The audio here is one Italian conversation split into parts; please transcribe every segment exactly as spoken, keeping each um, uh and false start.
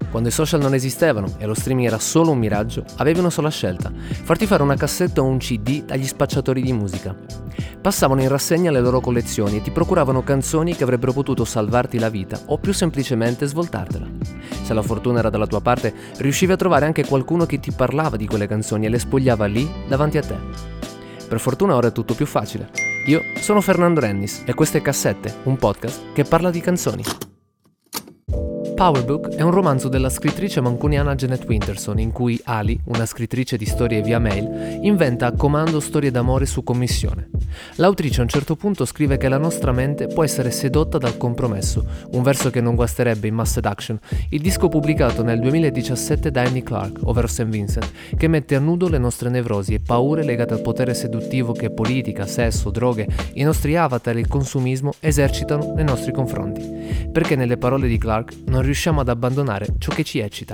Quando i social non esistevano e lo streaming era solo un miraggio, avevi una sola scelta: farti fare una cassetta o un C D dagli spacciatori di musica. Passavano in rassegna le loro collezioni e ti procuravano canzoni che avrebbero potuto salvarti la vita o più semplicemente svoltartela. Se la fortuna era dalla tua parte, riuscivi a trovare anche qualcuno che ti parlava di quelle canzoni e le spogliava lì davanti a te. Per fortuna ora è tutto più facile. Io sono Fernando Rennis e questo è Cassette, un podcast che parla di canzoni. Power Book è un romanzo della scrittrice mancuniana Jeanette Winterson in cui Ali, una scrittrice di storie via mail, inventa a comando storie d'amore su commissione. L'autrice a un certo punto scrive che la nostra mente può essere sedotta dal compromesso, un verso che non guasterebbe in Mass Seduction, il disco pubblicato nel duemiladiciassette da Annie Clark, ovvero Saint Vincent, che mette a nudo le nostre nevrosi e paure legate al potere seduttivo che politica, sesso, droghe, i nostri avatar e il consumismo esercitano nei nostri confronti. Perché nelle parole di Clark non riusciamo ad abbandonare ciò che ci eccita.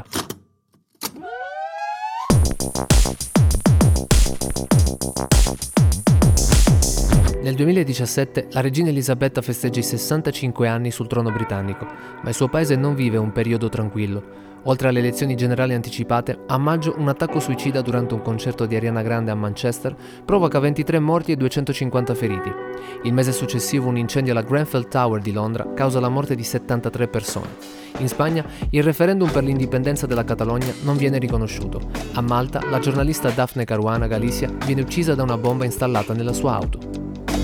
Nel duemiladiciassette la regina Elisabetta festeggia i sessantacinque anni sul trono britannico, ma il suo paese non vive un periodo tranquillo. Oltre alle elezioni generali anticipate, a maggio un attacco suicida durante un concerto di Ariana Grande a Manchester provoca ventitré morti e duecentocinquanta feriti. Il mese successivo un incendio alla Grenfell Tower di Londra causa la morte di settantatré persone. In Spagna il referendum per l'indipendenza della Catalogna non viene riconosciuto. A Malta la giornalista Daphne Caruana Galizia viene uccisa da una bomba installata nella sua auto.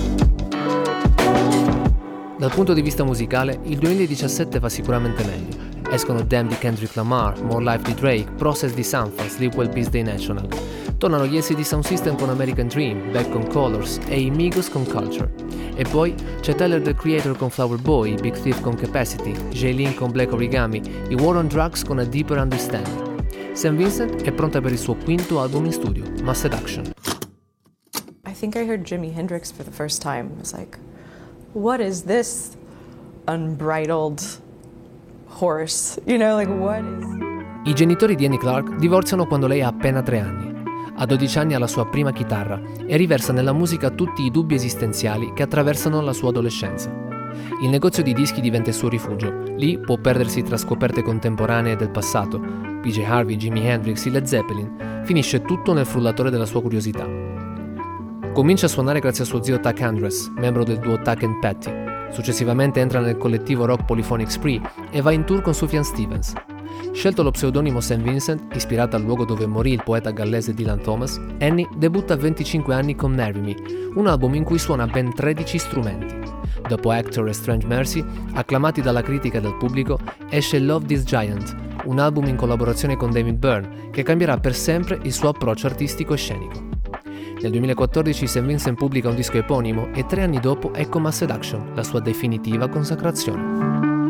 Dal punto di vista musicale, il duemiladiciassette va sicuramente meglio. Escono Damn di Kendrick Lamar, More Life di Drake, Process di Sanfa, Sleepwell Beats dei National. Tornano gli essi di Sound System con American Dream, Back con Colors e i Migos con Culture. E poi c'è Tyler the Creator con Flower Boy, Big Thief con Capacity, Jaylin con Black Origami, i War on Drugs con A Deeper Understanding. Saint Vincent è pronta per il suo quinto album in studio, Mass Seduction. I think I heard Jimi Hendrix for the first time. I was like, what is this unbridled horse? You know, like what is... I genitori di Annie Clark divorziano quando lei ha appena tre anni. A dodici anni ha la sua prima chitarra e riversa nella musica tutti i dubbi esistenziali che attraversano la sua adolescenza. Il negozio di dischi diventa il suo rifugio. Lì può perdersi tra scoperte contemporanee del passato, P J Harvey, Jimi Hendrix, i Led Zeppelin. Finisce tutto nel frullatore della sua curiosità. Comincia a suonare grazie a suo zio Tuck Andress, membro del duo Tuck and Patty. Successivamente entra nel collettivo rock Polyphonic Spree e va in tour con Sufjan Stevens. Scelto lo pseudonimo Saint Vincent, ispirato al luogo dove morì il poeta gallese Dylan Thomas, Annie debutta a venticinque anni con Marry Me, un album in cui suona ben tredici strumenti. Dopo Actor e Strange Mercy, acclamati dalla critica e dal pubblico, esce Love This Giant, un album in collaborazione con David Byrne, che cambierà per sempre il suo approccio artistico e scenico. Nel duemilaquattordici Saint Vincent pubblica un disco eponimo e tre anni dopo ecco Mass Seduction, la sua definitiva consacrazione.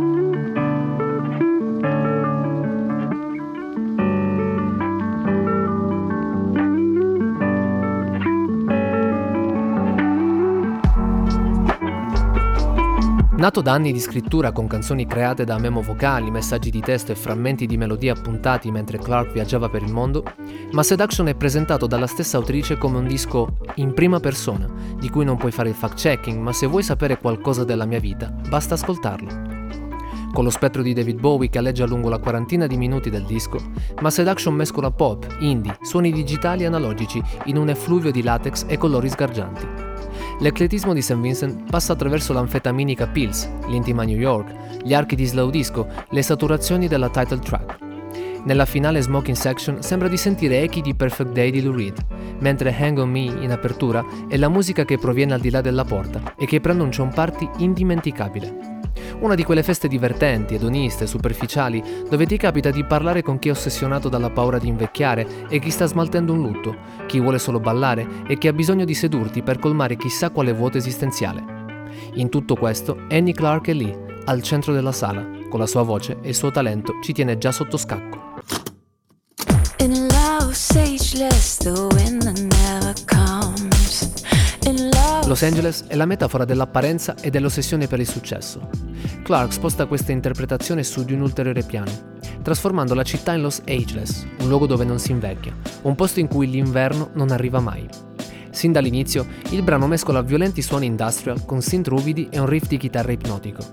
Nato da anni di scrittura con canzoni create da memo vocali, messaggi di testo e frammenti di melodia appuntati mentre Clark viaggiava per il mondo, Mass Seduction è presentato dalla stessa autrice come un disco in prima persona, di cui non puoi fare il fact-checking, ma se vuoi sapere qualcosa della mia vita, basta ascoltarlo. Con lo spettro di David Bowie che alleggia lungo la quarantina di minuti del disco, Mass Seduction mescola pop, indie, suoni digitali e analogici in un effluvio di latex e colori sgargianti. L'ecletismo di Saint Vincent passa attraverso l'anfetaminica Pills, l'intima New York, gli archi di slow disco, le saturazioni della title track. Nella finale Smoking Section sembra di sentire echi di Perfect Day di Lou Reed, mentre Hang on Me in apertura è la musica che proviene al di là della porta e che prende un Jon Party indimenticabile. Una di quelle feste divertenti, edoniste, superficiali, dove ti capita di parlare con chi è ossessionato dalla paura di invecchiare e chi sta smaltendo un lutto, chi vuole solo ballare e chi ha bisogno di sedurti per colmare chissà quale vuoto esistenziale. In tutto questo, Annie Clark è lì, al centro della sala, con la sua voce e il suo talento ci tiene già sotto scacco. In love, ageless, the wind that never comes. In love. Los Angeles è la metafora dell'apparenza e dell'ossessione per il successo. Clark sposta questa interpretazione su di un ulteriore piano, trasformando la città in Los Ageless, un luogo dove non si invecchia, un posto in cui l'inverno non arriva mai. Sin dall'inizio, il brano mescola violenti suoni industrial con synth ruvidi e un riff di chitarra ipnotico.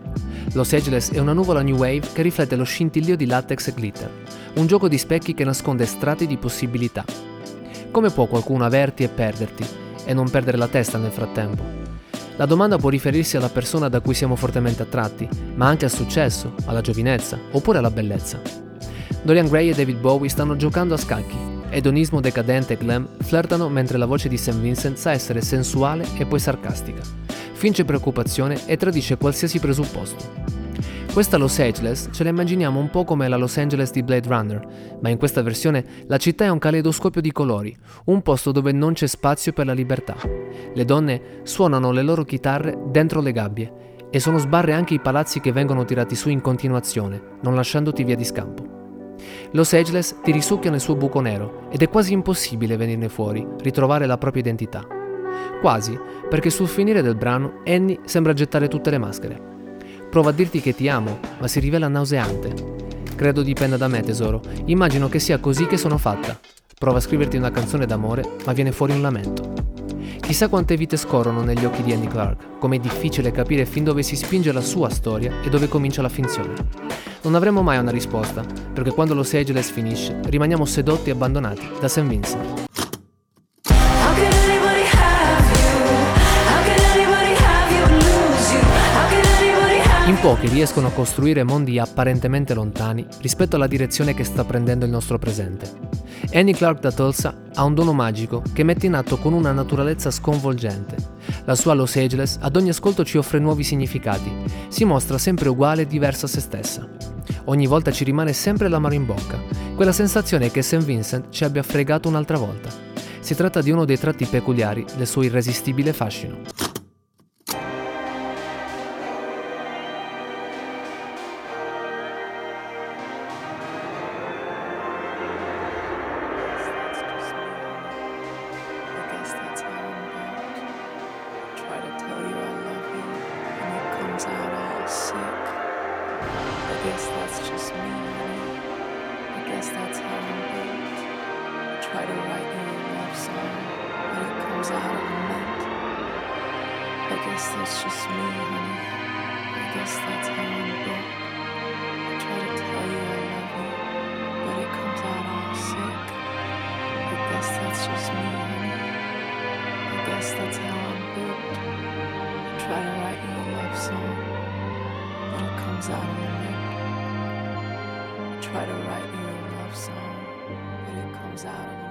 Los Angeles è una nuvola new wave che riflette lo scintillio di latex e glitter, un gioco di specchi che nasconde strati di possibilità. Come può qualcuno averti e perderti, e non perdere la testa nel frattempo? La domanda può riferirsi alla persona da cui siamo fortemente attratti, ma anche al successo, alla giovinezza, oppure alla bellezza. Dorian Gray e David Bowie stanno giocando a scacchi. Edonismo decadente e glam flirtano mentre la voce di Saint Vincent sa essere sensuale e poi sarcastica. Finge preoccupazione e tradisce qualsiasi presupposto. Questa Los Angeles ce la immaginiamo un po' come la Los Angeles di Blade Runner, ma in questa versione la città è un caleidoscopio di colori, un posto dove non c'è spazio per la libertà. Le donne suonano le loro chitarre dentro le gabbie e sono sbarre anche i palazzi che vengono tirati su in continuazione, non lasciandoti via di scampo. Los Angeles ti risucchia nel suo buco nero ed è quasi impossibile venirne fuori, ritrovare la propria identità. Quasi, perché sul finire del brano Annie sembra gettare tutte le maschere. Prova a dirti che ti amo, ma si rivela nauseante. Credo dipenda da me, tesoro. Immagino che sia così che sono fatta. Prova a scriverti una canzone d'amore, ma viene fuori un lamento. Chissà quante vite scorrono negli occhi di Annie Clark, com'è difficile capire fin dove si spinge la sua storia e dove comincia la finzione. Non avremo mai una risposta, perché quando Los Angeles finisce, rimaniamo sedotti e abbandonati da Saint Vincent. In pochi riescono a costruire mondi apparentemente lontani rispetto alla direzione che sta prendendo il nostro presente. Annie Clark da Tulsa ha un dono magico che mette in atto con una naturalezza sconvolgente. La sua Los Angeles ad ogni ascolto ci offre nuovi significati, si mostra sempre uguale e diversa a se stessa. Ogni volta ci rimane sempre l'amaro in bocca, quella sensazione che Saint Vincent ci abbia fregato un'altra volta. Si tratta di uno dei tratti peculiari del suo irresistibile fascino. Try to write you a love song, but it comes out of the mint. I guess that's just me, honey. I guess that's how I'm built. I try to tell you I love you, but it comes out all sick. I guess that's just me, honey. I guess that's how I'm built. I try to write you a love song, but it comes out of the mint. I try to write you a love song, but it comes out of the